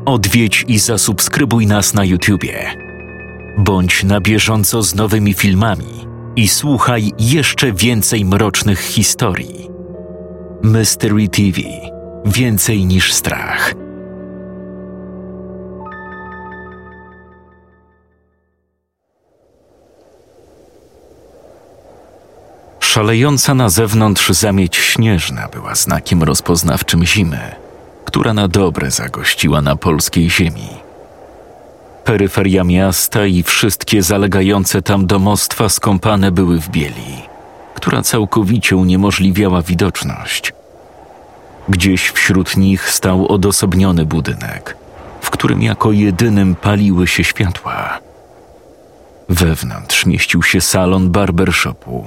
Odwiedź i zasubskrybuj nas na YouTubie. Bądź na bieżąco z nowymi filmami i słuchaj jeszcze więcej mrocznych historii. Mystery TV. Więcej niż strach. Szalejąca na zewnątrz zamieć śnieżna była znakiem rozpoznawczym zimy, która na dobre zagościła na polskiej ziemi. Peryferia miasta i wszystkie zalegające tam domostwa skąpane były w bieli, która całkowicie uniemożliwiała widoczność. Gdzieś wśród nich stał odosobniony budynek, w którym jako jedynym paliły się światła. Wewnątrz mieścił się salon barbershopu.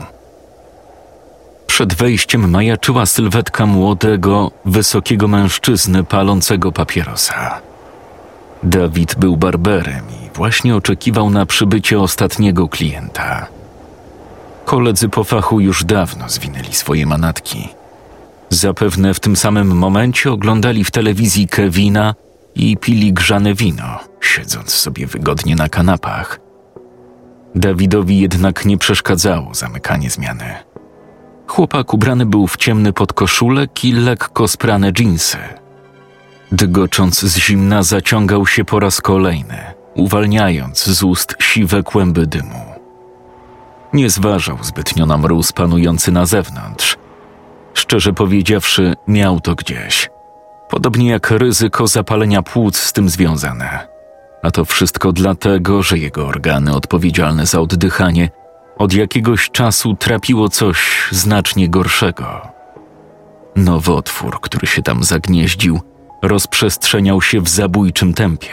Przed wejściem majaczyła sylwetka młodego, wysokiego mężczyzny palącego papierosa. Dawid był barberem i właśnie oczekiwał na przybycie ostatniego klienta. Koledzy po fachu już dawno zwinęli swoje manatki. Zapewne w tym samym momencie oglądali w telewizji Kevina i pili grzane wino, siedząc sobie wygodnie na kanapach. Dawidowi jednak nie przeszkadzało zamykanie zmiany. Chłopak ubrany był w ciemny podkoszulek i lekko sprane dżinsy. Dygocząc z zimna zaciągał się po raz kolejny, uwalniając z ust siwe kłęby dymu. Nie zważał zbytnio na mróz panujący na zewnątrz. Szczerze powiedziawszy, miał to gdzieś. Podobnie jak ryzyko zapalenia płuc z tym związane. A to wszystko dlatego, że jego organy odpowiedzialne za oddychanie od jakiegoś czasu trapiło coś znacznie gorszego. Nowotwór, który się tam zagnieździł, rozprzestrzeniał się w zabójczym tempie.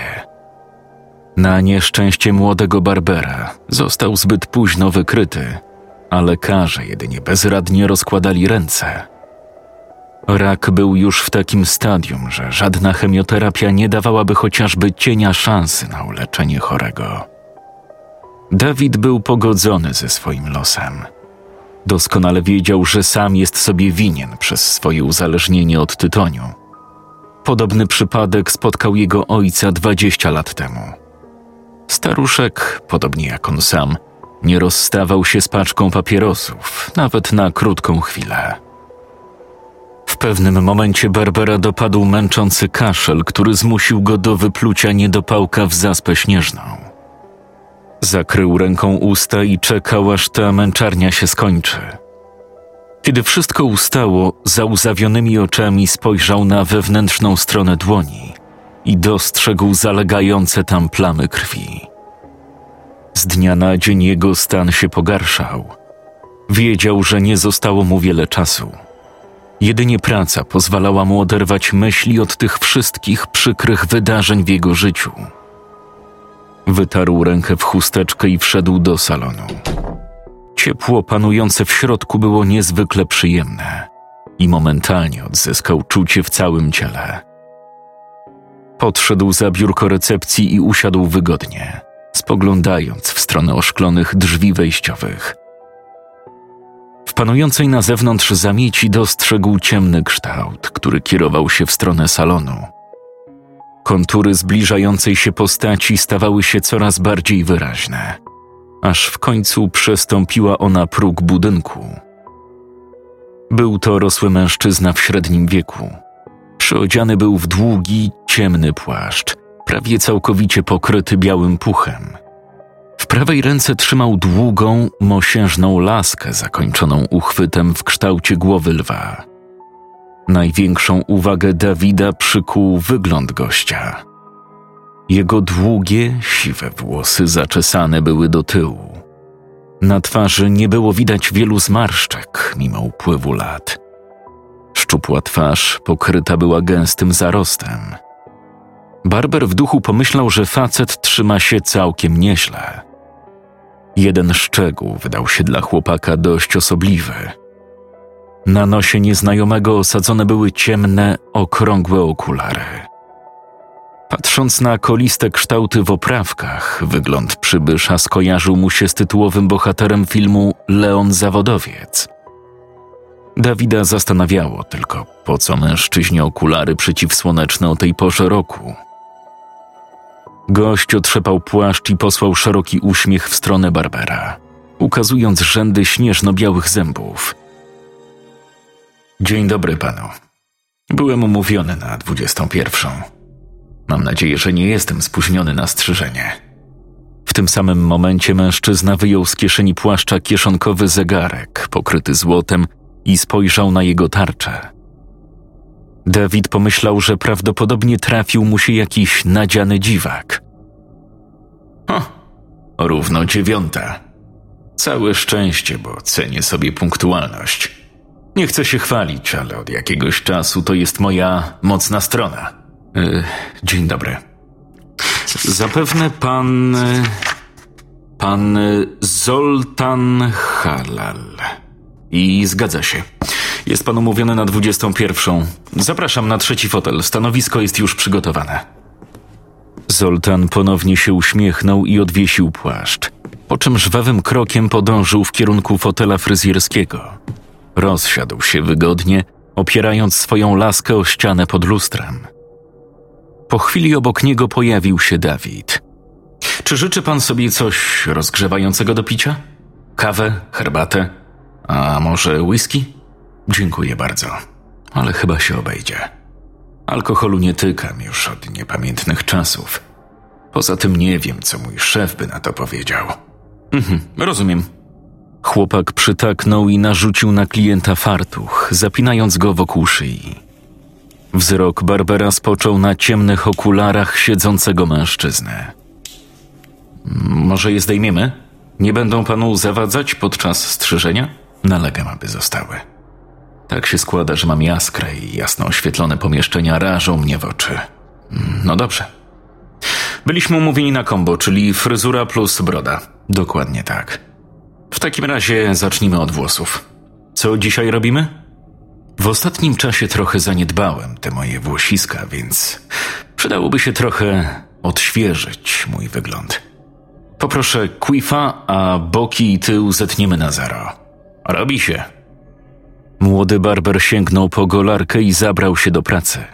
Na nieszczęście młodego barbera został zbyt późno wykryty, a lekarze jedynie bezradnie rozkładali ręce. Rak był już w takim stadium, że żadna chemioterapia nie dawałaby chociażby cienia szansy na uleczenie chorego. Dawid był pogodzony ze swoim losem. Doskonale wiedział, że sam jest sobie winien przez swoje uzależnienie od tytoniu. Podobny przypadek spotkał jego ojca 20 lat temu. Staruszek, podobnie jak on sam, nie rozstawał się z paczką papierosów, nawet na krótką chwilę. W pewnym momencie Barbera dopadł męczący kaszel, który zmusił go do wyplucia niedopałka w zaspę śnieżną. Zakrył ręką usta i czekał, aż ta męczarnia się skończy. Kiedy wszystko ustało, załzawionymi oczami spojrzał na wewnętrzną stronę dłoni i dostrzegł zalegające tam plamy krwi. Z dnia na dzień jego stan się pogarszał. Wiedział, że nie zostało mu wiele czasu. Jedynie praca pozwalała mu oderwać myśli od tych wszystkich przykrych wydarzeń w jego życiu. Wytarł rękę w chusteczkę i wszedł do salonu. Ciepło panujące w środku było niezwykle przyjemne i momentalnie odzyskał czucie w całym ciele. Podszedł za biurko recepcji i usiadł wygodnie, spoglądając w stronę oszklonych drzwi wejściowych. W panującej na zewnątrz zamieci dostrzegł ciemny kształt, który kierował się w stronę salonu. Kontury zbliżającej się postaci stawały się coraz bardziej wyraźne, aż w końcu przestąpiła ona próg budynku. Był to rosły mężczyzna w średnim wieku. Przyodziany był w długi, ciemny płaszcz, prawie całkowicie pokryty białym puchem. W prawej ręce trzymał długą, mosiężną laskę zakończoną uchwytem w kształcie głowy lwa. Największą uwagę Dawida przykuł wygląd gościa. Jego długie, siwe włosy zaczesane były do tyłu. Na twarzy nie było widać wielu zmarszczek, mimo upływu lat. Szczupła twarz pokryta była gęstym zarostem. Barber w duchu pomyślał, że facet trzyma się całkiem nieźle. Jeden szczegół wydał się dla chłopaka dość osobliwy. Na nosie nieznajomego osadzone były ciemne, okrągłe okulary. Patrząc na koliste kształty w oprawkach, wygląd przybysza skojarzył mu się z tytułowym bohaterem filmu Leon Zawodowiec. Dawida zastanawiało tylko, po co mężczyźnie okulary przeciwsłoneczne o tej porze roku. Gość otrzepał płaszcz i posłał szeroki uśmiech w stronę Barbera, ukazując rzędy śnieżno-białych zębów. Dzień dobry panu. Byłem umówiony na 21. Mam nadzieję, że nie jestem spóźniony na strzyżenie. W tym samym momencie mężczyzna wyjął z kieszeni płaszcza kieszonkowy zegarek pokryty złotem i spojrzał na jego tarczę. Dawid pomyślał, że prawdopodobnie trafił mu się jakiś nadziany dziwak. Równo 9. Całe szczęście, bo cenię sobie punktualność. Nie chcę się chwalić, ale od jakiegoś czasu to jest moja mocna strona. Dzień dobry. Zapewne pan Zoltan Halal. I zgadza się. Jest pan umówiony na 21. Zapraszam na 3. fotel. Stanowisko jest już przygotowane. Zoltan ponownie się uśmiechnął i odwiesił płaszcz, po czym żwawym krokiem podążył w kierunku fotela fryzjerskiego. Rozsiadł się wygodnie, opierając swoją laskę o ścianę pod lustrem. Po chwili obok niego pojawił się Dawid. Czy życzy pan sobie coś rozgrzewającego do picia? Kawę, herbatę? A może whisky? Dziękuję bardzo, ale chyba się obejdzie. Alkoholu nie tykam już od niepamiętnych czasów. Poza tym nie wiem, co mój szef by na to powiedział. Rozumiem. Chłopak przytaknął i narzucił na klienta fartuch, zapinając go wokół szyi. Wzrok Barbera spoczął na ciemnych okularach siedzącego mężczyzny. Może je zdejmiemy? Nie będą panu zawadzać podczas strzyżenia? Nalegam, aby zostały. Tak się składa, że mam jaskrę i jasno oświetlone pomieszczenia rażą mnie w oczy. No dobrze. Byliśmy umówieni na kombo, czyli fryzura plus broda. Dokładnie tak. W takim razie zacznijmy od włosów. Co dzisiaj robimy? W ostatnim czasie trochę zaniedbałem te moje włosiska, więc przydałoby się trochę odświeżyć mój wygląd. Poproszę quifa, a boki i tył zetniemy na zero. Robi się. Młody barber sięgnął po golarkę i zabrał się do pracy.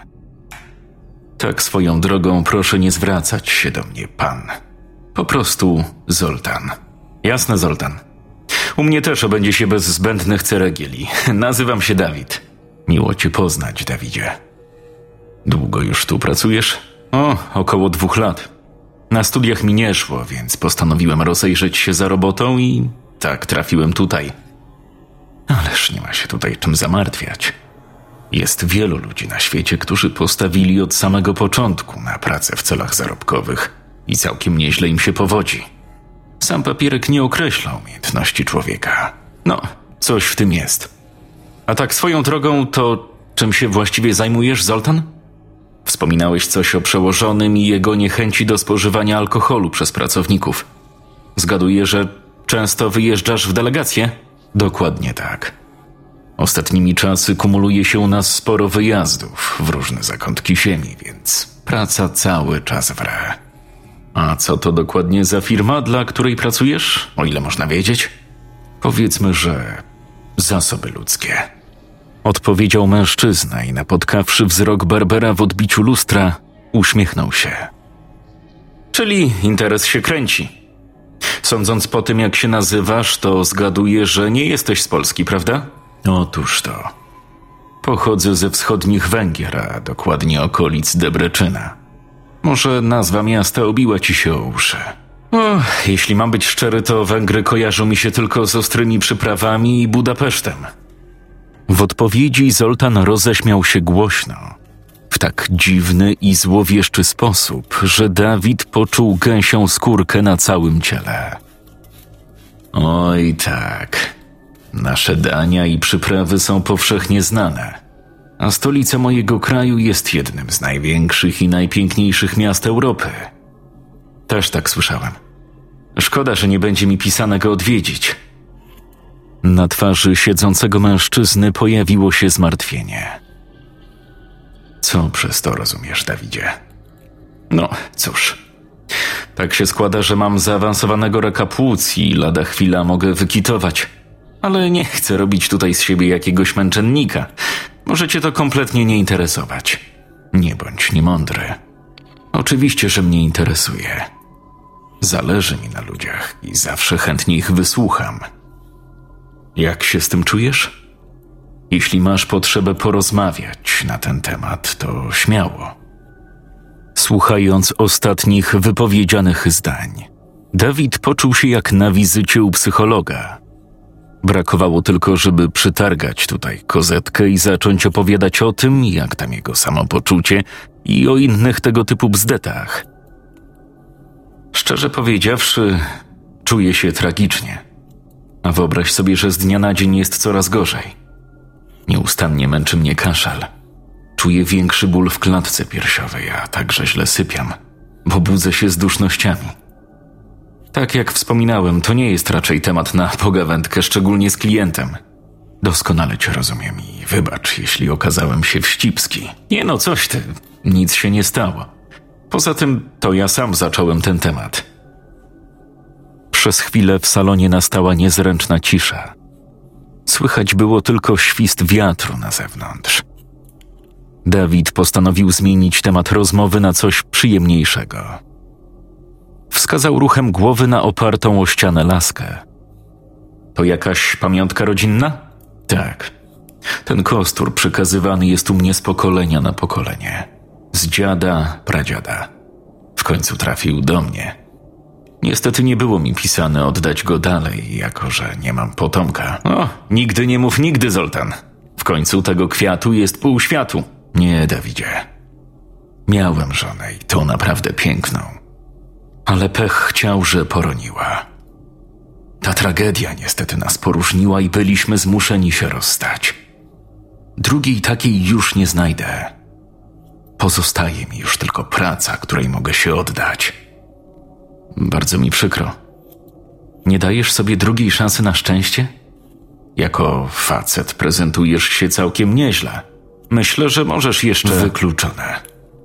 Tak swoją drogą proszę nie zwracać się do mnie, pan. Po prostu Zoltan. Jasne, Zoltan. U mnie też obędzie się bez zbędnych ceregieli. Nazywam się Dawid. Miło cię poznać, Dawidzie. Długo już tu pracujesz? Około 2 lat. Na studiach mi nie szło, więc postanowiłem rozejrzeć się za robotą i tak trafiłem tutaj. Ależ nie ma się tutaj czym zamartwiać. Jest wielu ludzi na świecie, którzy postawili od samego początku na pracę w celach zarobkowych i całkiem nieźle im się powodzi. Sam papierek nie określa umiejętności człowieka. No, coś w tym jest. A tak swoją drogą, to czym się właściwie zajmujesz, Zoltan? Wspominałeś coś o przełożonym i jego niechęci do spożywania alkoholu przez pracowników. Zgaduję, że często wyjeżdżasz w delegację? Dokładnie tak. Ostatnimi czasy kumuluje się u nas sporo wyjazdów w różne zakątki ziemi, więc praca cały czas wre. A co to dokładnie za firma, dla której pracujesz, o ile można wiedzieć? Powiedzmy, że zasoby ludzkie. Odpowiedział mężczyzna i napotkawszy wzrok Barbera w odbiciu lustra, uśmiechnął się. Czyli interes się kręci. Sądząc po tym, jak się nazywasz, to zgaduję, że nie jesteś z Polski, prawda? Otóż to. Pochodzę ze wschodnich Węgier, a dokładnie okolic Debreczyna. Może nazwa miasta obiła ci się o uszy. Jeśli mam być szczery, to Węgry kojarzą mi się tylko z ostrymi przyprawami i Budapesztem. W odpowiedzi Zoltan roześmiał się głośno, w tak dziwny i złowieszczy sposób, że Dawid poczuł gęsią skórkę na całym ciele. Oj tak, nasze dania i przyprawy są powszechnie znane, a stolica mojego kraju jest jednym z największych i najpiękniejszych miast Europy. Też tak słyszałem. Szkoda, że nie będzie mi pisane go odwiedzić. Na twarzy siedzącego mężczyzny pojawiło się zmartwienie. Co przez to rozumiesz, Dawidzie? No, cóż. Tak się składa, że mam zaawansowanego raka płuc i lada chwila mogę wykitować. Ale nie chcę robić tutaj z siebie jakiegoś męczennika. Może cię to kompletnie nie interesować. Nie bądź niemądry. Oczywiście, że mnie interesuje. Zależy mi na ludziach i zawsze chętnie ich wysłucham. Jak się z tym czujesz? Jeśli masz potrzebę porozmawiać na ten temat, to śmiało. Słuchając ostatnich wypowiedzianych zdań, Dawid poczuł się jak na wizycie u psychologa. Brakowało tylko, żeby przytargać tutaj kozetkę i zacząć opowiadać o tym, jak tam jego samopoczucie i o innych tego typu bzdetach. Szczerze powiedziawszy, czuję się tragicznie. A wyobraź sobie, że z dnia na dzień jest coraz gorzej. Nieustannie męczy mnie kaszel. Czuję większy ból w klatce piersiowej, a także źle sypiam, bo budzę się z dusznościami. Tak jak wspominałem, to nie jest raczej temat na pogawędkę, szczególnie z klientem. Doskonale cię rozumiem i wybacz, jeśli okazałem się wścibski. Nie no, coś ty, nic się nie stało. Poza tym to ja sam zacząłem ten temat. Przez chwilę w salonie nastała niezręczna cisza. Słychać było tylko świst wiatru na zewnątrz. Dawid postanowił zmienić temat rozmowy na coś przyjemniejszego. Wskazał ruchem głowy na opartą o ścianę laskę. To jakaś pamiątka rodzinna? Tak. Ten kostur przekazywany jest u mnie z pokolenia na pokolenie. Z dziada, pradziada. W końcu trafił do mnie. Niestety nie było mi pisane oddać go dalej, jako że nie mam potomka. O, nigdy nie mów nigdy, Zoltan. W końcu tego kwiatu jest pół światu. Nie, Dawidzie. Miałem żonę i to naprawdę piękną. Ale pech chciał, że poroniła. Ta tragedia niestety nas poróżniła i byliśmy zmuszeni się rozstać. Drugiej takiej już nie znajdę. Pozostaje mi już tylko praca, której mogę się oddać. Bardzo mi przykro. Nie dajesz sobie drugiej szansy na szczęście? Jako facet prezentujesz się całkiem nieźle. Myślę, że możesz jeszcze... Wykluczone.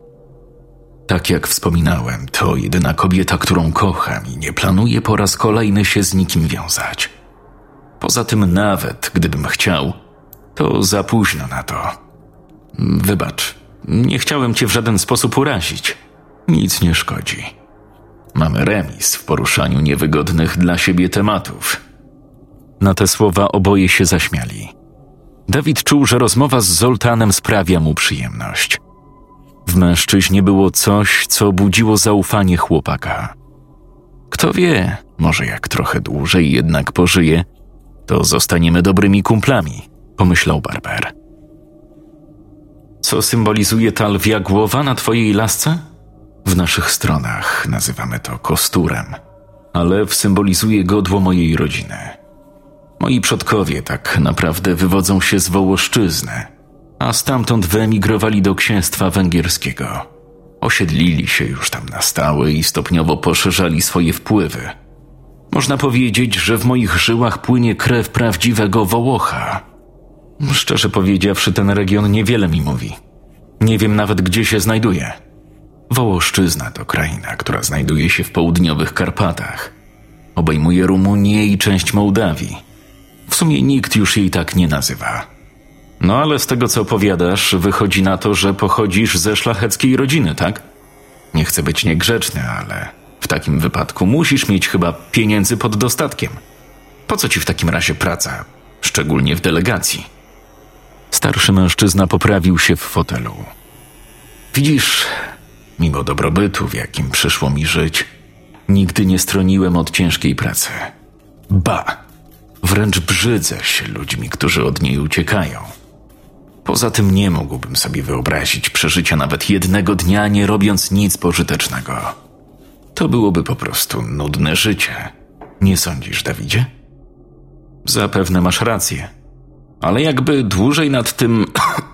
Tak jak wspominałem, to jedyna kobieta, którą kocham i nie planuję po raz kolejny się z nikim wiązać. Poza tym nawet gdybym chciał, to za późno na to. Wybacz, nie chciałem cię w żaden sposób urazić. Nic nie szkodzi. Mamy remis w poruszaniu niewygodnych dla siebie tematów. Na te słowa oboje się zaśmiali. Dawid czuł, że rozmowa z Zoltanem sprawia mu przyjemność. W mężczyźnie było coś, co budziło zaufanie chłopaka. Kto wie, może jak trochę dłużej jednak pożyje, to zostaniemy dobrymi kumplami, pomyślał Barber. Co symbolizuje ta lwia głowa na twojej lasce? W naszych stronach nazywamy to kosturem, ale symbolizuje godło mojej rodziny. Moi przodkowie tak naprawdę wywodzą się z Wołoszczyzny, a stamtąd wyemigrowali do Księstwa Węgierskiego. Osiedlili się już tam na stałe i stopniowo poszerzali swoje wpływy. Można powiedzieć, że w moich żyłach płynie krew prawdziwego Wołocha. Szczerze powiedziawszy, ten region niewiele mi mówi. Nie wiem nawet, gdzie się znajduje. Wołoszczyzna to kraina, która znajduje się w południowych Karpatach. Obejmuje Rumunię i część Mołdawii. W sumie nikt już jej tak nie nazywa. No ale z tego, co opowiadasz, wychodzi na to, że pochodzisz ze szlacheckiej rodziny, tak? Nie chcę być niegrzeczny, ale w takim wypadku musisz mieć chyba pieniędzy pod dostatkiem. Po co ci w takim razie praca, szczególnie w delegacji? Starszy mężczyzna poprawił się w fotelu. Widzisz, mimo dobrobytu, w jakim przyszło mi żyć, nigdy nie stroniłem od ciężkiej pracy. Ba, wręcz brzydzę się ludźmi, którzy od niej uciekają. Poza tym nie mógłbym sobie wyobrazić przeżycia nawet jednego dnia, nie robiąc nic pożytecznego. To byłoby po prostu nudne życie. Nie sądzisz, Dawidzie? Zapewne masz rację. Ale jakby dłużej nad tym...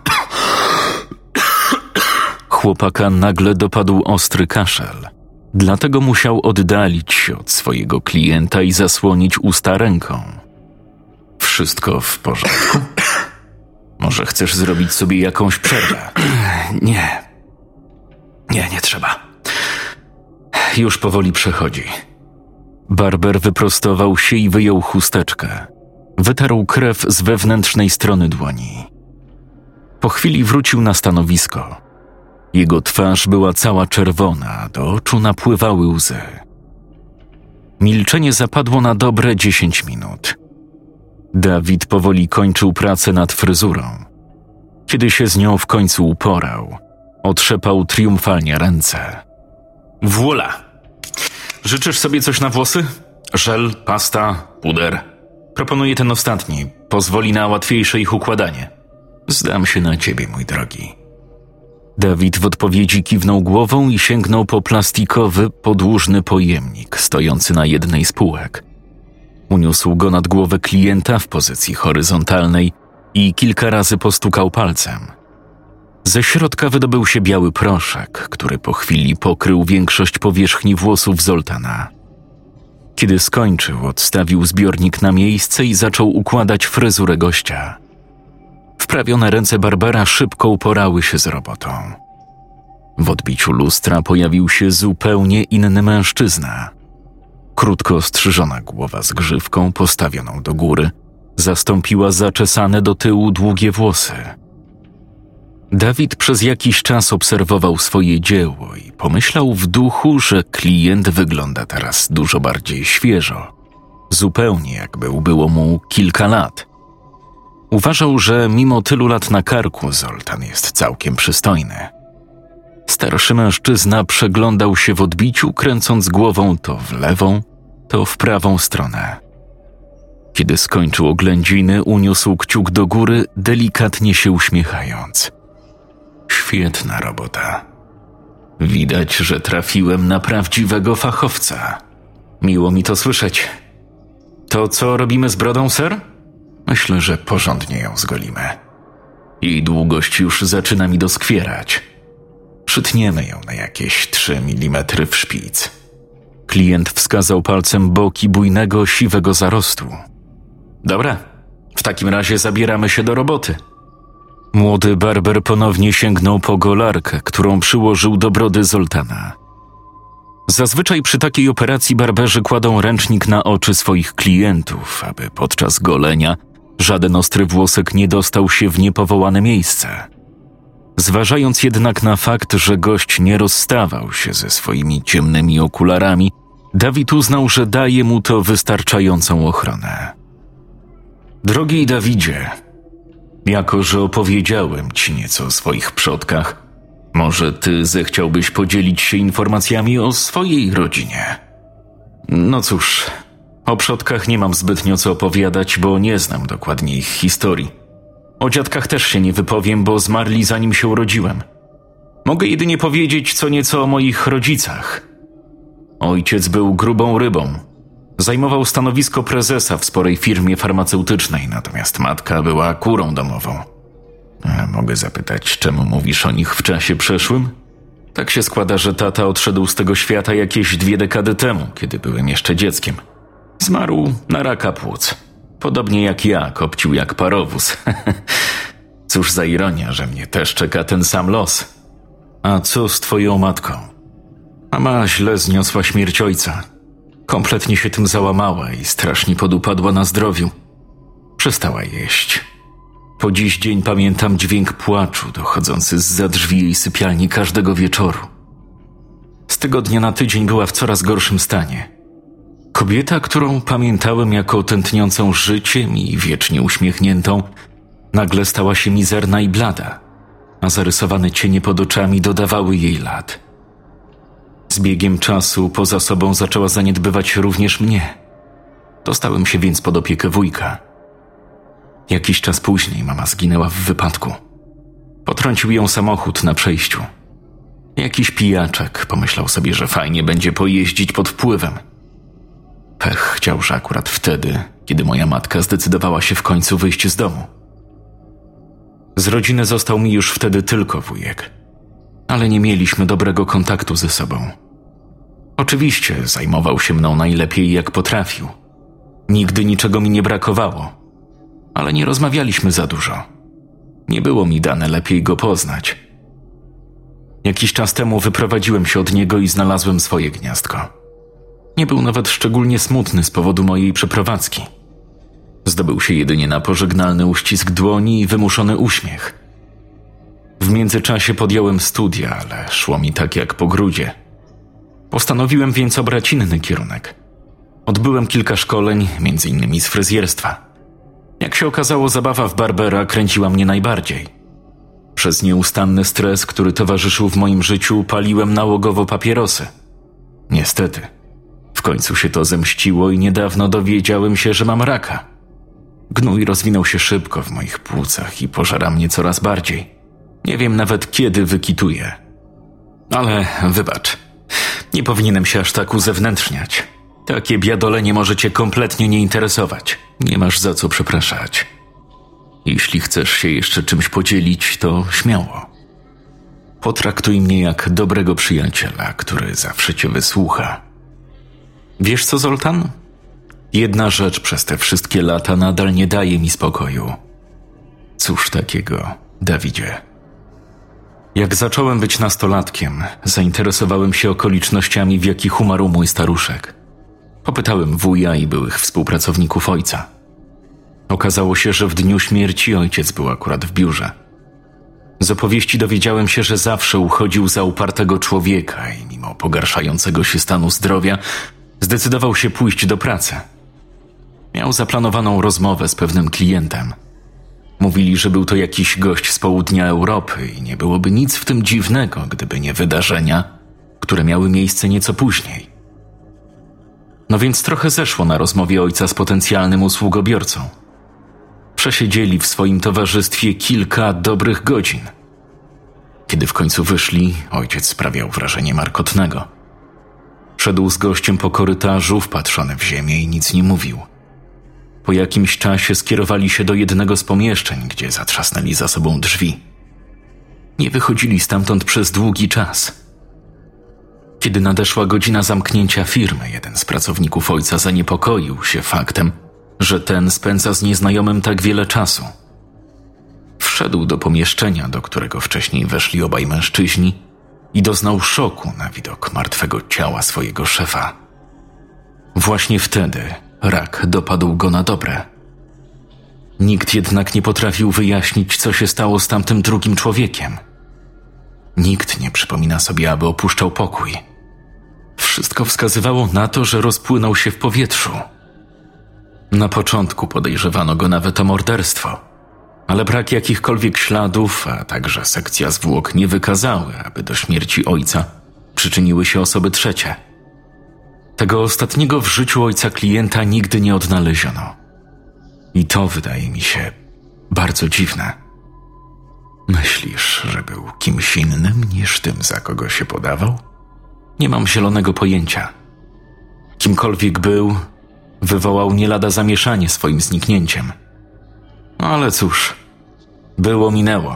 Chłopaka nagle dopadł ostry kaszel. Dlatego musiał oddalić się od swojego klienta i zasłonić usta ręką. Wszystko w porządku? Może chcesz zrobić sobie jakąś przerwę? Nie trzeba. Już powoli przechodzi. Barber wyprostował się i wyjął chusteczkę. Wytarł krew z wewnętrznej strony dłoni. Po chwili wrócił na stanowisko. Jego twarz była cała czerwona, do oczu napływały łzy. Milczenie zapadło na dobre 10 minut. Dawid powoli kończył pracę nad fryzurą. Kiedy się z nią w końcu uporał, otrzepał triumfalnie ręce. Voilà! Życzysz sobie coś na włosy? Żel, pasta, puder. Proponuję ten ostatni. Pozwoli na łatwiejsze ich układanie. Zdam się na ciebie, mój drogi. Dawid w odpowiedzi kiwnął głową i sięgnął po plastikowy, podłużny pojemnik stojący na jednej z półek. Uniósł go nad głowę klienta w pozycji horyzontalnej i kilka razy postukał palcem. Ze środka wydobył się biały proszek, który po chwili pokrył większość powierzchni włosów Zoltana. Kiedy skończył, odstawił zbiornik na miejsce i zaczął układać fryzurę gościa. Wprawione ręce barbera szybko uporały się z robotą. W odbiciu lustra pojawił się zupełnie inny mężczyzna. Krótko ostrzyżona głowa z grzywką postawioną do góry zastąpiła zaczesane do tyłu długie włosy. Dawid przez jakiś czas obserwował swoje dzieło i pomyślał w duchu, że klient wygląda teraz dużo bardziej świeżo, zupełnie jakby było mu kilka lat. Uważał, że mimo tylu lat na karku Zoltan jest całkiem przystojny. Starszy mężczyzna przeglądał się w odbiciu, kręcąc głową to w lewą, to w prawą stronę. Kiedy skończył oględziny, uniósł kciuk do góry, delikatnie się uśmiechając. Świetna robota. Widać, że trafiłem na prawdziwego fachowca. Miło mi to słyszeć. To co robimy z brodą, ser? Myślę, że porządnie ją zgolimy. Jej długość już zaczyna mi doskwierać. Przytniemy ją na jakieś 3 mm w szpic. Klient wskazał palcem boki bujnego, siwego zarostu. Dobra, w takim razie zabieramy się do roboty. Młody barber ponownie sięgnął po golarkę, którą przyłożył do brody Zoltana. Zazwyczaj przy takiej operacji barberzy kładą ręcznik na oczy swoich klientów, aby podczas golenia żaden ostry włosek nie dostał się w niepowołane miejsce. Zważając jednak na fakt, że gość nie rozstawał się ze swoimi ciemnymi okularami, Dawid uznał, że daje mu to wystarczającą ochronę. Drogi Dawidzie, jako że opowiedziałem ci nieco o swoich przodkach, może ty zechciałbyś podzielić się informacjami o swojej rodzinie? No cóż, o przodkach nie mam zbytnio co opowiadać, bo nie znam dokładnie ich historii. O dziadkach też się nie wypowiem, bo zmarli zanim się urodziłem. Mogę jedynie powiedzieć co nieco o moich rodzicach. Ojciec był grubą rybą. Zajmował stanowisko prezesa w sporej firmie farmaceutycznej, natomiast matka była kurą domową. Mogę zapytać, czemu mówisz o nich w czasie przeszłym? Tak się składa, że tata odszedł z tego świata jakieś 2 dekady temu, kiedy byłem jeszcze dzieckiem. Zmarł na raka płuc. Podobnie jak ja, kopcił jak parowóz. Cóż za ironia, że mnie też czeka ten sam los. A co z twoją matką? Mama źle zniosła śmierć ojca. Kompletnie się tym załamała i strasznie podupadła na zdrowiu. Przestała jeść. Po dziś dzień pamiętam dźwięk płaczu dochodzący zza drzwi jej sypialni każdego wieczoru. Z tygodnia na tydzień była w coraz gorszym stanie. Kobieta, którą pamiętałem jako tętniącą życiem i wiecznie uśmiechniętą, nagle stała się mizerna i blada, a zarysowane cienie pod oczami dodawały jej lat. Z biegiem czasu poza sobą zaczęła zaniedbywać również mnie. Dostałem się więc pod opiekę wujka. Jakiś czas później mama zginęła w wypadku. Potrącił ją samochód na przejściu. Jakiś pijaczek pomyślał sobie, że fajnie będzie pojeździć pod wpływem. Pech chciał, że akurat wtedy, kiedy moja matka zdecydowała się w końcu wyjść z domu. Z rodziny został mi już wtedy tylko wujek, ale nie mieliśmy dobrego kontaktu ze sobą. Oczywiście zajmował się mną najlepiej jak potrafił. Nigdy niczego mi nie brakowało, ale nie rozmawialiśmy za dużo. Nie było mi dane lepiej go poznać. Jakiś czas temu wyprowadziłem się od niego i znalazłem swoje gniazdko. Nie był nawet szczególnie smutny z powodu mojej przeprowadzki. Zdobył się jedynie na pożegnalny uścisk dłoni i wymuszony uśmiech. W międzyczasie podjąłem studia, ale szło mi tak jak po grudzie. Postanowiłem więc obrać inny kierunek. Odbyłem kilka szkoleń, m.in. z fryzjerstwa. Jak się okazało, zabawa w barbera kręciła mnie najbardziej. Przez nieustanny stres, który towarzyszył w moim życiu, paliłem nałogowo papierosy. Niestety, w końcu się to zemściło i niedawno dowiedziałem się, że mam raka. Gnój rozwinął się szybko w moich płucach i pożera mnie coraz bardziej. Nie wiem nawet, kiedy wykituję. Ale wybacz, nie powinienem się aż tak uzewnętrzniać. Takie biadolenie może cię kompletnie nie interesować. Nie masz za co przepraszać. Jeśli chcesz się jeszcze czymś podzielić, to śmiało. Potraktuj mnie jak dobrego przyjaciela, który zawsze cię wysłucha. Wiesz co, Zoltan? Jedna rzecz przez te wszystkie lata nadal nie daje mi spokoju. Cóż takiego, Dawidzie? Jak zacząłem być nastolatkiem, zainteresowałem się okolicznościami, w jakich umarł mój staruszek. Popytałem wuja i byłych współpracowników ojca. Okazało się, że w dniu śmierci ojciec był akurat w biurze. Z opowieści dowiedziałem się, że zawsze uchodził za upartego człowieka i mimo pogarszającego się stanu zdrowia zdecydował się pójść do pracy. Miał zaplanowaną rozmowę z pewnym klientem. Mówili, że był to jakiś gość z południa Europy i nie byłoby nic w tym dziwnego, gdyby nie wydarzenia, które miały miejsce nieco później. No więc trochę zeszło na rozmowie ojca z potencjalnym usługobiorcą. Przesiedzieli w swoim towarzystwie kilka dobrych godzin. Kiedy w końcu wyszli, ojciec sprawiał wrażenie markotnego. Szedł z gościem po korytarzu, wpatrzony w ziemię i nic nie mówił. Po jakimś czasie skierowali się do jednego z pomieszczeń, gdzie zatrzasnęli za sobą drzwi. Nie wychodzili stamtąd przez długi czas. Kiedy nadeszła godzina zamknięcia firmy, jeden z pracowników ojca zaniepokoił się faktem, że ten spędza z nieznajomym tak wiele czasu. Wszedł do pomieszczenia, do którego wcześniej weszli obaj mężczyźni i doznał szoku na widok martwego ciała swojego szefa. Właśnie wtedy rak dopadł go na dobre. Nikt jednak nie potrafił wyjaśnić, co się stało z tamtym drugim człowiekiem. Nikt nie przypomina sobie, aby opuszczał pokój. Wszystko wskazywało na to, że rozpłynął się w powietrzu. Na początku podejrzewano go nawet o morderstwo, ale brak jakichkolwiek śladów, a także sekcja zwłok nie wykazały, aby do śmierci ojca przyczyniły się osoby trzecie. Tego ostatniego w życiu ojca klienta nigdy nie odnaleziono. I to wydaje mi się bardzo dziwne. Myślisz, że był kimś innym niż tym, za kogo się podawał? Nie mam zielonego pojęcia. Kimkolwiek był, wywołał nie lada zamieszanie swoim zniknięciem. Ale cóż, było minęło.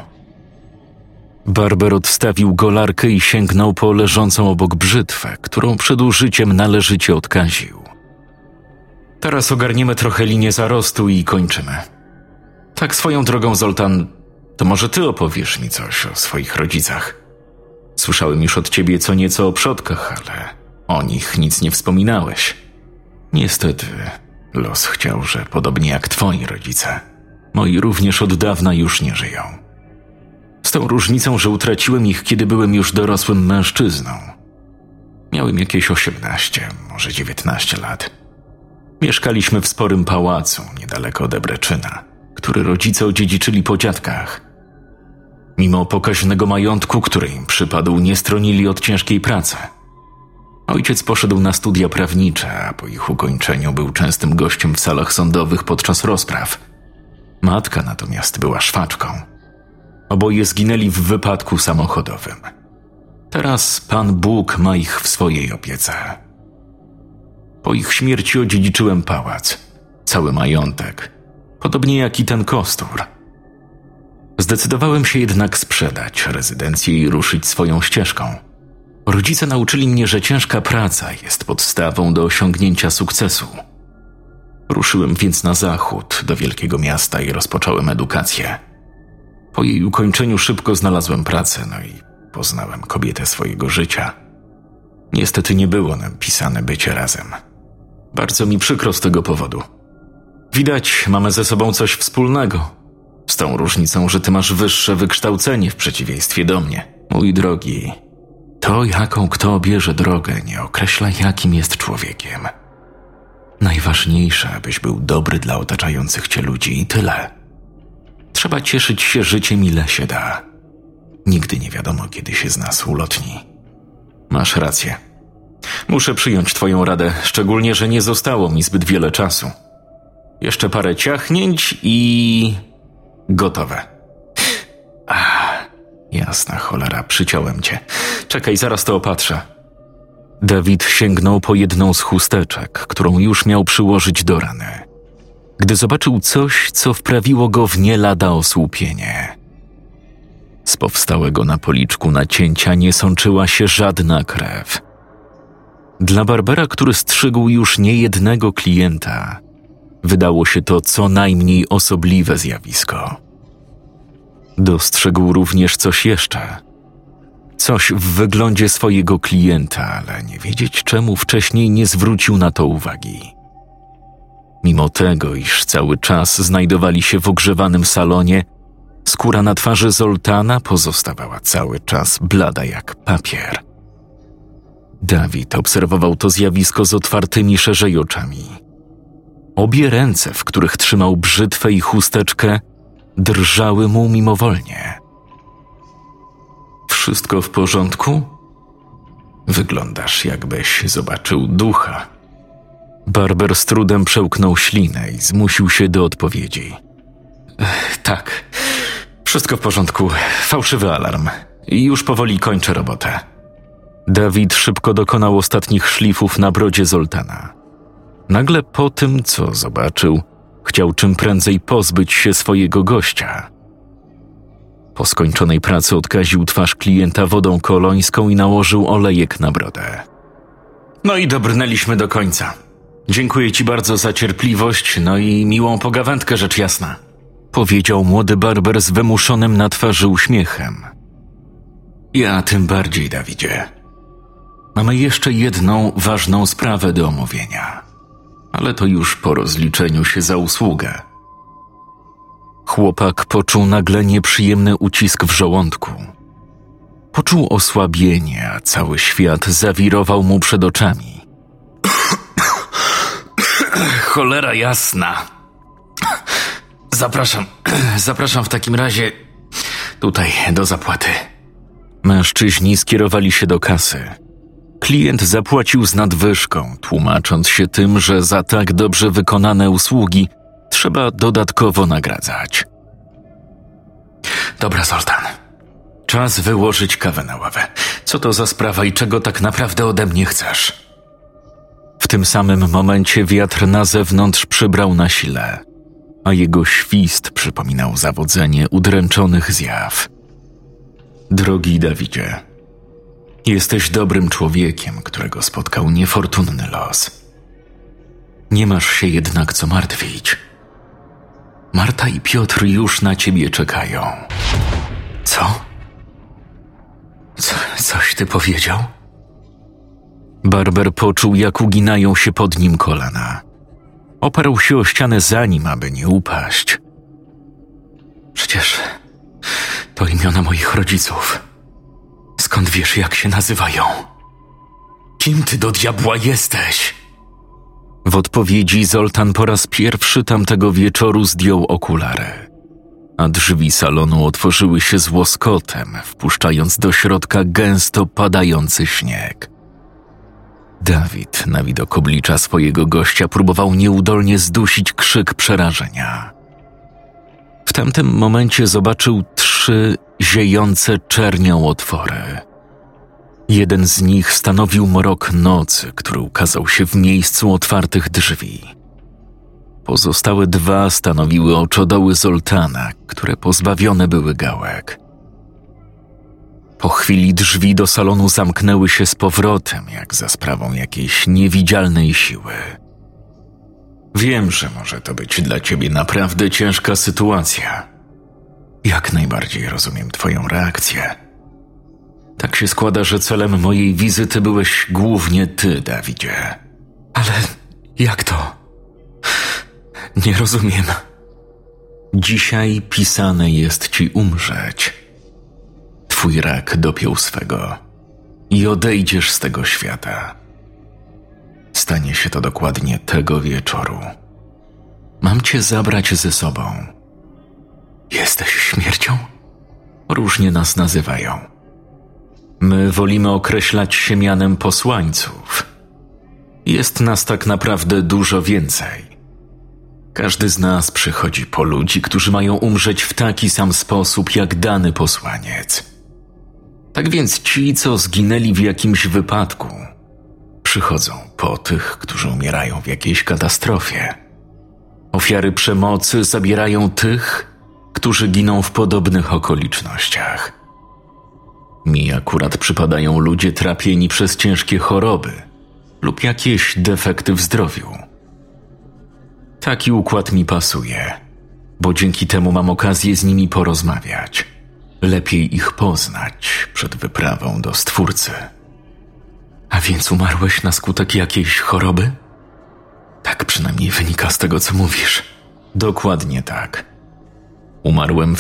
Barber odstawił golarkę i sięgnął po leżącą obok brzytwę, którą przed użyciem należycie odkaził. Teraz ogarniemy trochę linię zarostu i kończymy. Tak swoją drogą, Zoltan, to może ty opowiesz mi coś o swoich rodzicach. Słyszałem już od ciebie co nieco o przodkach, ale o nich nic nie wspominałeś. Niestety, los chciał, że podobnie jak twoi rodzice, moi również od dawna już nie żyją. Z tą różnicą, że utraciłem ich, kiedy byłem już dorosłym mężczyzną. Miałem jakieś 18, może 19 lat. Mieszkaliśmy w sporym pałacu niedaleko Debreczyna, który rodzice odziedziczyli po dziadkach. Mimo pokaźnego majątku, który im przypadł, nie stronili od ciężkiej pracy. Ojciec poszedł na studia prawnicze, a po ich ukończeniu był częstym gościem w salach sądowych podczas rozpraw. Matka natomiast była szwaczką. Oboje zginęli w wypadku samochodowym. Teraz Pan Bóg ma ich w swojej opiece. Po ich śmierci odziedziczyłem pałac, cały majątek, podobnie jak i ten kostur. Zdecydowałem się jednak sprzedać rezydencję i ruszyć swoją ścieżką. Rodzice nauczyli mnie, że ciężka praca jest podstawą do osiągnięcia sukcesu. Ruszyłem więc na zachód, do wielkiego miasta i rozpocząłem edukację. Po jej ukończeniu szybko znalazłem pracę, no i poznałem kobietę swojego życia. Niestety nie było nam pisane bycie razem. Bardzo mi przykro z tego powodu. Widać, mamy ze sobą coś wspólnego. Z tą różnicą, że ty masz wyższe wykształcenie w przeciwieństwie do mnie. Mój drogi, to jaką kto bierze drogę nie określa, jakim jest człowiekiem. Najważniejsze, abyś był dobry dla otaczających cię ludzi i tyle. Trzeba cieszyć się życiem, ile się da. Nigdy nie wiadomo, kiedy się z nas ulotni. Masz rację. Muszę przyjąć twoją radę, szczególnie, że nie zostało mi zbyt wiele czasu. Jeszcze parę ciachnięć i... gotowe. Jasna cholera, przyciąłem cię. Czekaj, zaraz to opatrzę. Dawid sięgnął po jedną z chusteczek, którą już miał przyłożyć do rany, gdy zobaczył coś, co wprawiło go w nie lada osłupienie. Z powstałego na policzku nacięcia nie sączyła się żadna krew. Dla barbera, który strzygł już niejednego klienta, wydało się to co najmniej osobliwe zjawisko. Dostrzegł również coś jeszcze. Coś w wyglądzie swojego klienta, ale nie wiedzieć czemu wcześniej nie zwrócił na to uwagi. Mimo tego, iż cały czas znajdowali się w ogrzewanym salonie, skóra na twarzy Zoltana pozostawała cały czas blada jak papier. Dawid obserwował to zjawisko z otwartymi szerzej oczami. Obie ręce, w których trzymał brzytwę i chusteczkę, drżały mu mimowolnie. Wszystko w porządku? Wyglądasz, jakbyś zobaczył ducha. Barber z trudem przełknął ślinę i zmusił się do odpowiedzi. Tak, wszystko w porządku. Fałszywy alarm. I już powoli kończę robotę. Dawid szybko dokonał ostatnich szlifów na brodzie Zoltana. Nagle po tym, co zobaczył, chciał czym prędzej pozbyć się swojego gościa. Po skończonej pracy odkaził twarz klienta wodą kolońską i nałożył olejek na brodę. No i dobrnęliśmy do końca. Dziękuję ci bardzo za cierpliwość, no i miłą pogawędkę, rzecz jasna. Powiedział młody barber z wymuszonym na twarzy uśmiechem. Ja tym bardziej, Dawidzie. Mamy jeszcze jedną ważną sprawę do omówienia, ale to już po rozliczeniu się za usługę. Chłopak poczuł nagle nieprzyjemny ucisk w żołądku. Poczuł osłabienie, a cały świat zawirował mu przed oczami. Cholera jasna. Zapraszam w takim razie tutaj do zapłaty. Mężczyźni skierowali się do kasy. Klient zapłacił z nadwyżką, tłumacząc się tym, że za tak dobrze wykonane usługi trzeba dodatkowo nagradzać. Dobra, Zoltan. Czas wyłożyć kawę na ławę. Co to za sprawa i czego tak naprawdę ode mnie chcesz? W tym samym momencie wiatr na zewnątrz przybrał na sile, a jego świst przypominał zawodzenie udręczonych zjaw. Drogi Dawidzie, jesteś dobrym człowiekiem, którego spotkał niefortunny los. Nie masz się jednak co martwić. Marta i Piotr już na ciebie czekają. Co? Coś ty powiedział? Barber poczuł, jak uginają się pod nim kolana. Oparł się o ścianę za nim, aby nie upaść. Przecież to imiona moich rodziców. Skąd wiesz, jak się nazywają? Kim ty do diabła jesteś? W odpowiedzi Zoltan po raz pierwszy tamtego wieczoru zdjął okulary, a drzwi salonu otworzyły się z łoskotem, wpuszczając do środka gęsto padający śnieg. Dawid na widok oblicza swojego gościa próbował nieudolnie zdusić krzyk przerażenia. W tamtym momencie zobaczył 3 ziejące czernią otwory. Jeden z nich stanowił mrok nocy, który ukazał się w miejscu otwartych drzwi. Pozostałe 2 stanowiły oczodoły Zoltana, które pozbawione były gałek. Po chwili drzwi do salonu zamknęły się z powrotem, jak za sprawą jakiejś niewidzialnej siły. Wiem, że może to być dla ciebie naprawdę ciężka sytuacja. Jak najbardziej rozumiem twoją reakcję. Tak się składa, że celem mojej wizyty byłeś głównie ty, Dawidzie. Ale jak to? Nie rozumiem. Dzisiaj pisane jest ci umrzeć. Twój rak dopiął swego i odejdziesz z tego świata. Stanie się to dokładnie tego wieczoru. Mam cię zabrać ze sobą. Jesteś śmiercią? Różnie nas nazywają. My wolimy określać się mianem posłańców. Jest nas tak naprawdę dużo więcej. Każdy z nas przychodzi po ludzi, którzy mają umrzeć w taki sam sposób jak dany posłaniec. Tak więc ci, co zginęli w jakimś wypadku, przychodzą po tych, którzy umierają w jakiejś katastrofie. Ofiary przemocy zabierają tych, którzy giną w podobnych okolicznościach. Mi akurat przypadają ludzie trapieni przez ciężkie choroby lub jakieś defekty w zdrowiu. Taki układ mi pasuje, bo dzięki temu mam okazję z nimi porozmawiać. Lepiej ich poznać przed wyprawą do Stwórcy. A więc umarłeś na skutek jakiejś choroby? Tak przynajmniej wynika z tego, co mówisz. Dokładnie tak. Umarłem w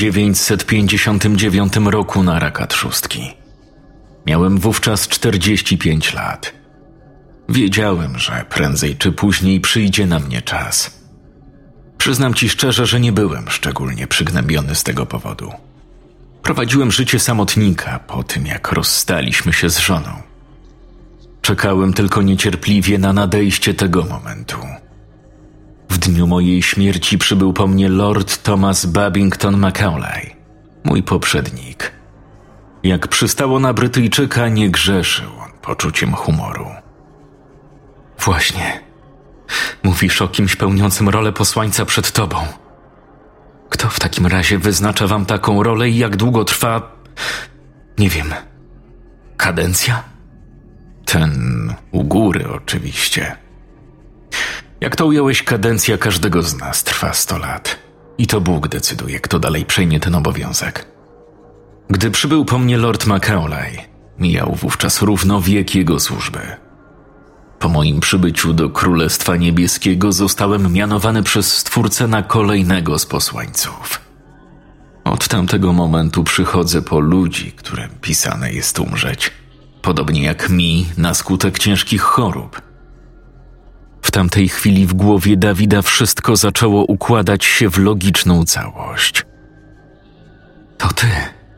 1959 roku na raka trzustki. Miałem wówczas 45 lat. Wiedziałem, że prędzej czy później przyjdzie na mnie czas. Przyznam ci szczerze, że nie byłem szczególnie przygnębiony z tego powodu. Prowadziłem życie samotnika po tym, jak rozstaliśmy się z żoną. Czekałem tylko niecierpliwie na nadejście tego momentu. W dniu mojej śmierci przybył po mnie Lord Thomas Babington Macaulay, mój poprzednik. Jak przystało na Brytyjczyka, nie grzeszył on poczuciem humoru. Właśnie. Mówisz o kimś pełniącym rolę posłańca przed tobą. Kto w takim razie wyznacza wam taką rolę i jak długo trwa... Nie wiem... kadencja? Ten u góry oczywiście. Jak to ująłeś, kadencja każdego z nas trwa 100 lat. I to Bóg decyduje, kto dalej przejmie ten obowiązek. Gdy przybył po mnie Lord Macaulay, mijał wówczas równo wiek jego służby. Po moim przybyciu do Królestwa Niebieskiego zostałem mianowany przez Stwórcę na kolejnego z posłańców. Od tamtego momentu przychodzę po ludzi, którym pisane jest umrzeć, podobnie jak mi na skutek ciężkich chorób. W tamtej chwili w głowie Dawida wszystko zaczęło układać się w logiczną całość. To ty.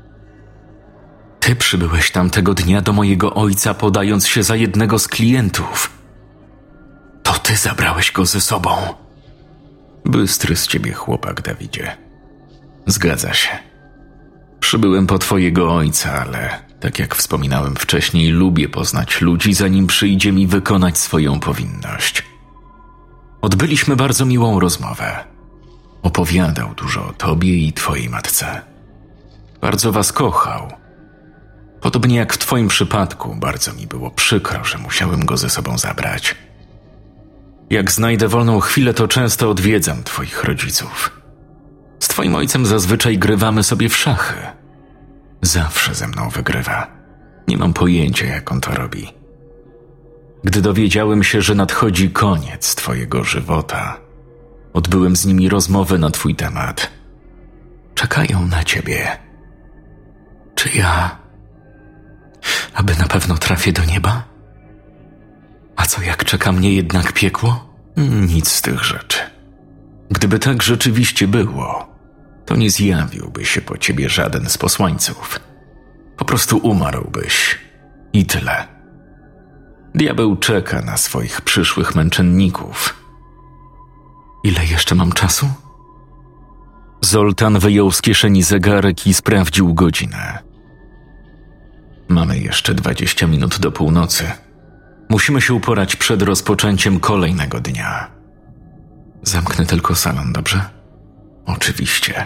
Ty przybyłeś tamtego dnia do mojego ojca, podając się za jednego z klientów. To ty zabrałeś go ze sobą. Bystry z ciebie chłopak, Dawidzie. Zgadza się. Przybyłem po twojego ojca, ale tak jak wspominałem wcześniej, lubię poznać ludzi, zanim przyjdzie mi wykonać swoją powinność. Odbyliśmy bardzo miłą rozmowę. Opowiadał dużo o tobie i twojej matce. Bardzo was kochał. Podobnie jak w twoim przypadku, bardzo mi było przykro, że musiałem go ze sobą zabrać. Jak znajdę wolną chwilę, to często odwiedzam twoich rodziców. Z twoim ojcem zazwyczaj grywamy sobie w szachy. Zawsze ze mną wygrywa. Nie mam pojęcia, jak on to robi. Gdy dowiedziałem się, że nadchodzi koniec twojego żywota, odbyłem z nimi rozmowę na twój temat. Czekają na ciebie. Czy ja... aby na pewno trafię do nieba? A co jak czeka mnie jednak piekło? Nic z tych rzeczy. Gdyby tak rzeczywiście było, to nie zjawiłby się po ciebie żaden z posłańców. Po prostu umarłbyś. I tyle. Diabeł czeka na swoich przyszłych męczenników. Ile jeszcze mam czasu? Zoltan wyjął z kieszeni zegarek i sprawdził godzinę. Mamy jeszcze 20 minut do północy. Musimy się uporać przed rozpoczęciem kolejnego dnia. Zamknę tylko salon, dobrze? Oczywiście.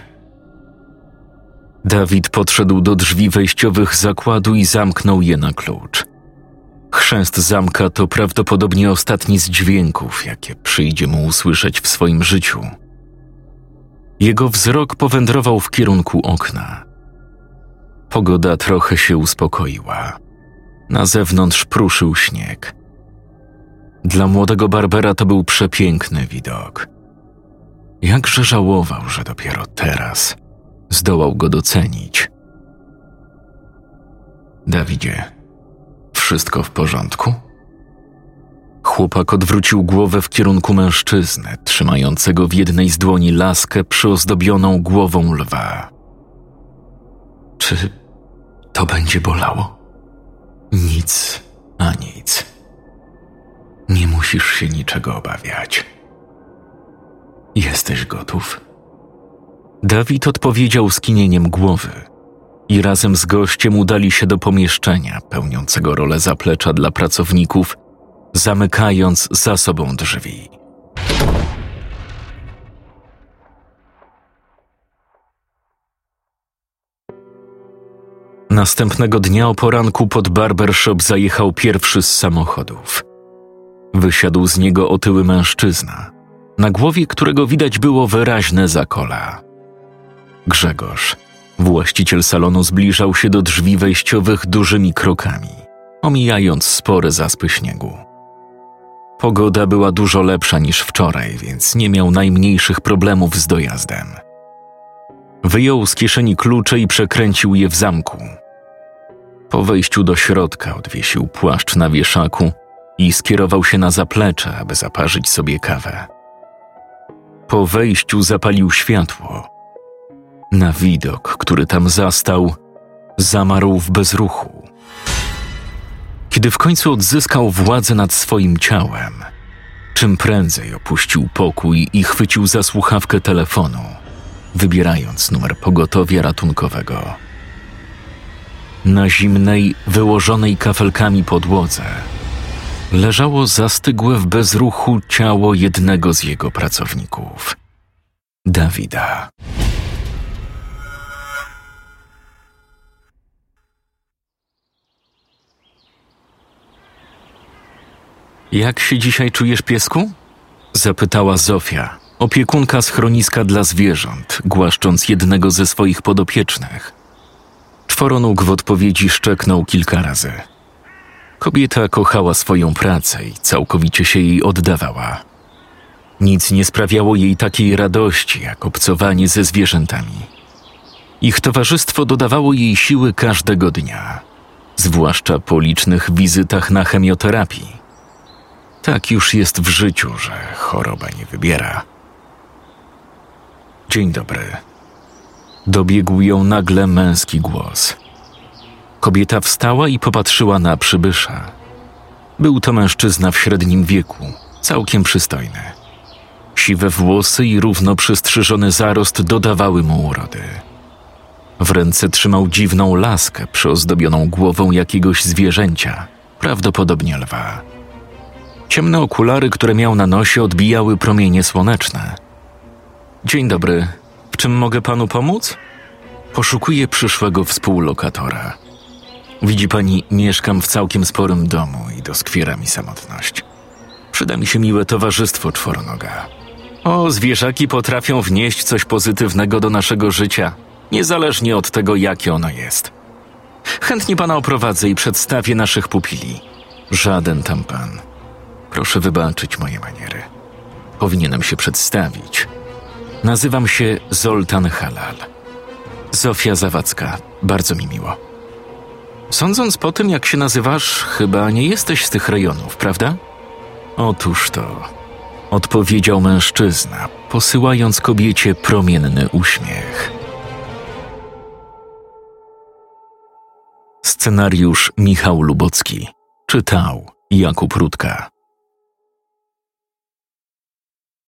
Dawid podszedł do drzwi wejściowych zakładu i zamknął je na klucz. Chrzęst zamka to prawdopodobnie ostatni z dźwięków, jakie przyjdzie mu usłyszeć w swoim życiu. Jego wzrok powędrował w kierunku okna. Pogoda trochę się uspokoiła. Na zewnątrz pruszył śnieg. Dla młodego Barbera to był przepiękny widok. Jakże żałował, że dopiero teraz zdołał go docenić. Dawidzie, wszystko w porządku? Chłopak odwrócił głowę w kierunku mężczyzny, trzymającego w jednej z dłoni laskę przyozdobioną głową lwa. Czy to będzie bolało? Nic, a nic. Nie musisz się niczego obawiać. Jesteś gotów? Dawid odpowiedział skinieniem głowy i razem z gościem udali się do pomieszczenia pełniącego rolę zaplecza dla pracowników, zamykając za sobą drzwi. Następnego dnia o poranku pod barbershop zajechał pierwszy z samochodów. Wysiadł z niego otyły mężczyzna, na głowie którego widać było wyraźne zakola. Grzegorz, właściciel salonu, zbliżał się do drzwi wejściowych dużymi krokami, omijając spore zaspy śniegu. Pogoda była dużo lepsza niż wczoraj, więc nie miał najmniejszych problemów z dojazdem. Wyjął z kieszeni klucze i przekręcił je w zamku. Po wejściu do środka odwiesił płaszcz na wieszaku i skierował się na zaplecze, aby zaparzyć sobie kawę. Po wejściu zapalił światło. Na widok, który tam zastał, zamarł w bezruchu. Kiedy w końcu odzyskał władzę nad swoim ciałem, czym prędzej opuścił pokój i chwycił za słuchawkę telefonu, wybierając numer pogotowia ratunkowego. Na zimnej, wyłożonej kafelkami podłodze leżało zastygłe w bezruchu ciało jednego z jego pracowników, Dawida. Jak się dzisiaj czujesz, piesku? Zapytała Zofia, opiekunka schroniska dla zwierząt, głaszcząc jednego ze swoich podopiecznych. Czworonóg w odpowiedzi szczeknął kilka razy. Kobieta kochała swoją pracę i całkowicie się jej oddawała. Nic nie sprawiało jej takiej radości, jak obcowanie ze zwierzętami. Ich towarzystwo dodawało jej siły każdego dnia, zwłaszcza po licznych wizytach na chemioterapii. Tak już jest w życiu, że choroba nie wybiera. Dzień dobry. Dobiegł ją nagle męski głos. Kobieta wstała i popatrzyła na przybysza. Był to mężczyzna w średnim wieku, całkiem przystojny. Siwe włosy i równo przystrzyżony zarost dodawały mu urody. W ręce trzymał dziwną laskę przyozdobioną głową jakiegoś zwierzęcia, prawdopodobnie lwa. Ciemne okulary, które miał na nosie, odbijały promienie słoneczne. Dzień dobry. W czym mogę panu pomóc? Poszukuję przyszłego współlokatora. Widzi pani, mieszkam w całkiem sporym domu i doskwiera mi samotność. Przyda mi się miłe towarzystwo czworonoga. O, zwierzaki potrafią wnieść coś pozytywnego do naszego życia, niezależnie od tego, jakie ono jest. Chętnie pana oprowadzę i przedstawię naszych pupili. Żaden tam pan. Proszę wybaczyć moje maniery. Powinienem się przedstawić. Nazywam się Zoltan Halal. Zofia Zawadzka. Bardzo mi miło. Sądząc po tym, jak się nazywasz, chyba nie jesteś z tych rejonów, prawda? Otóż to, odpowiedział mężczyzna, posyłając kobiecie promienny uśmiech. Scenariusz Michał Lubocki. Czytał Jakub Rutka.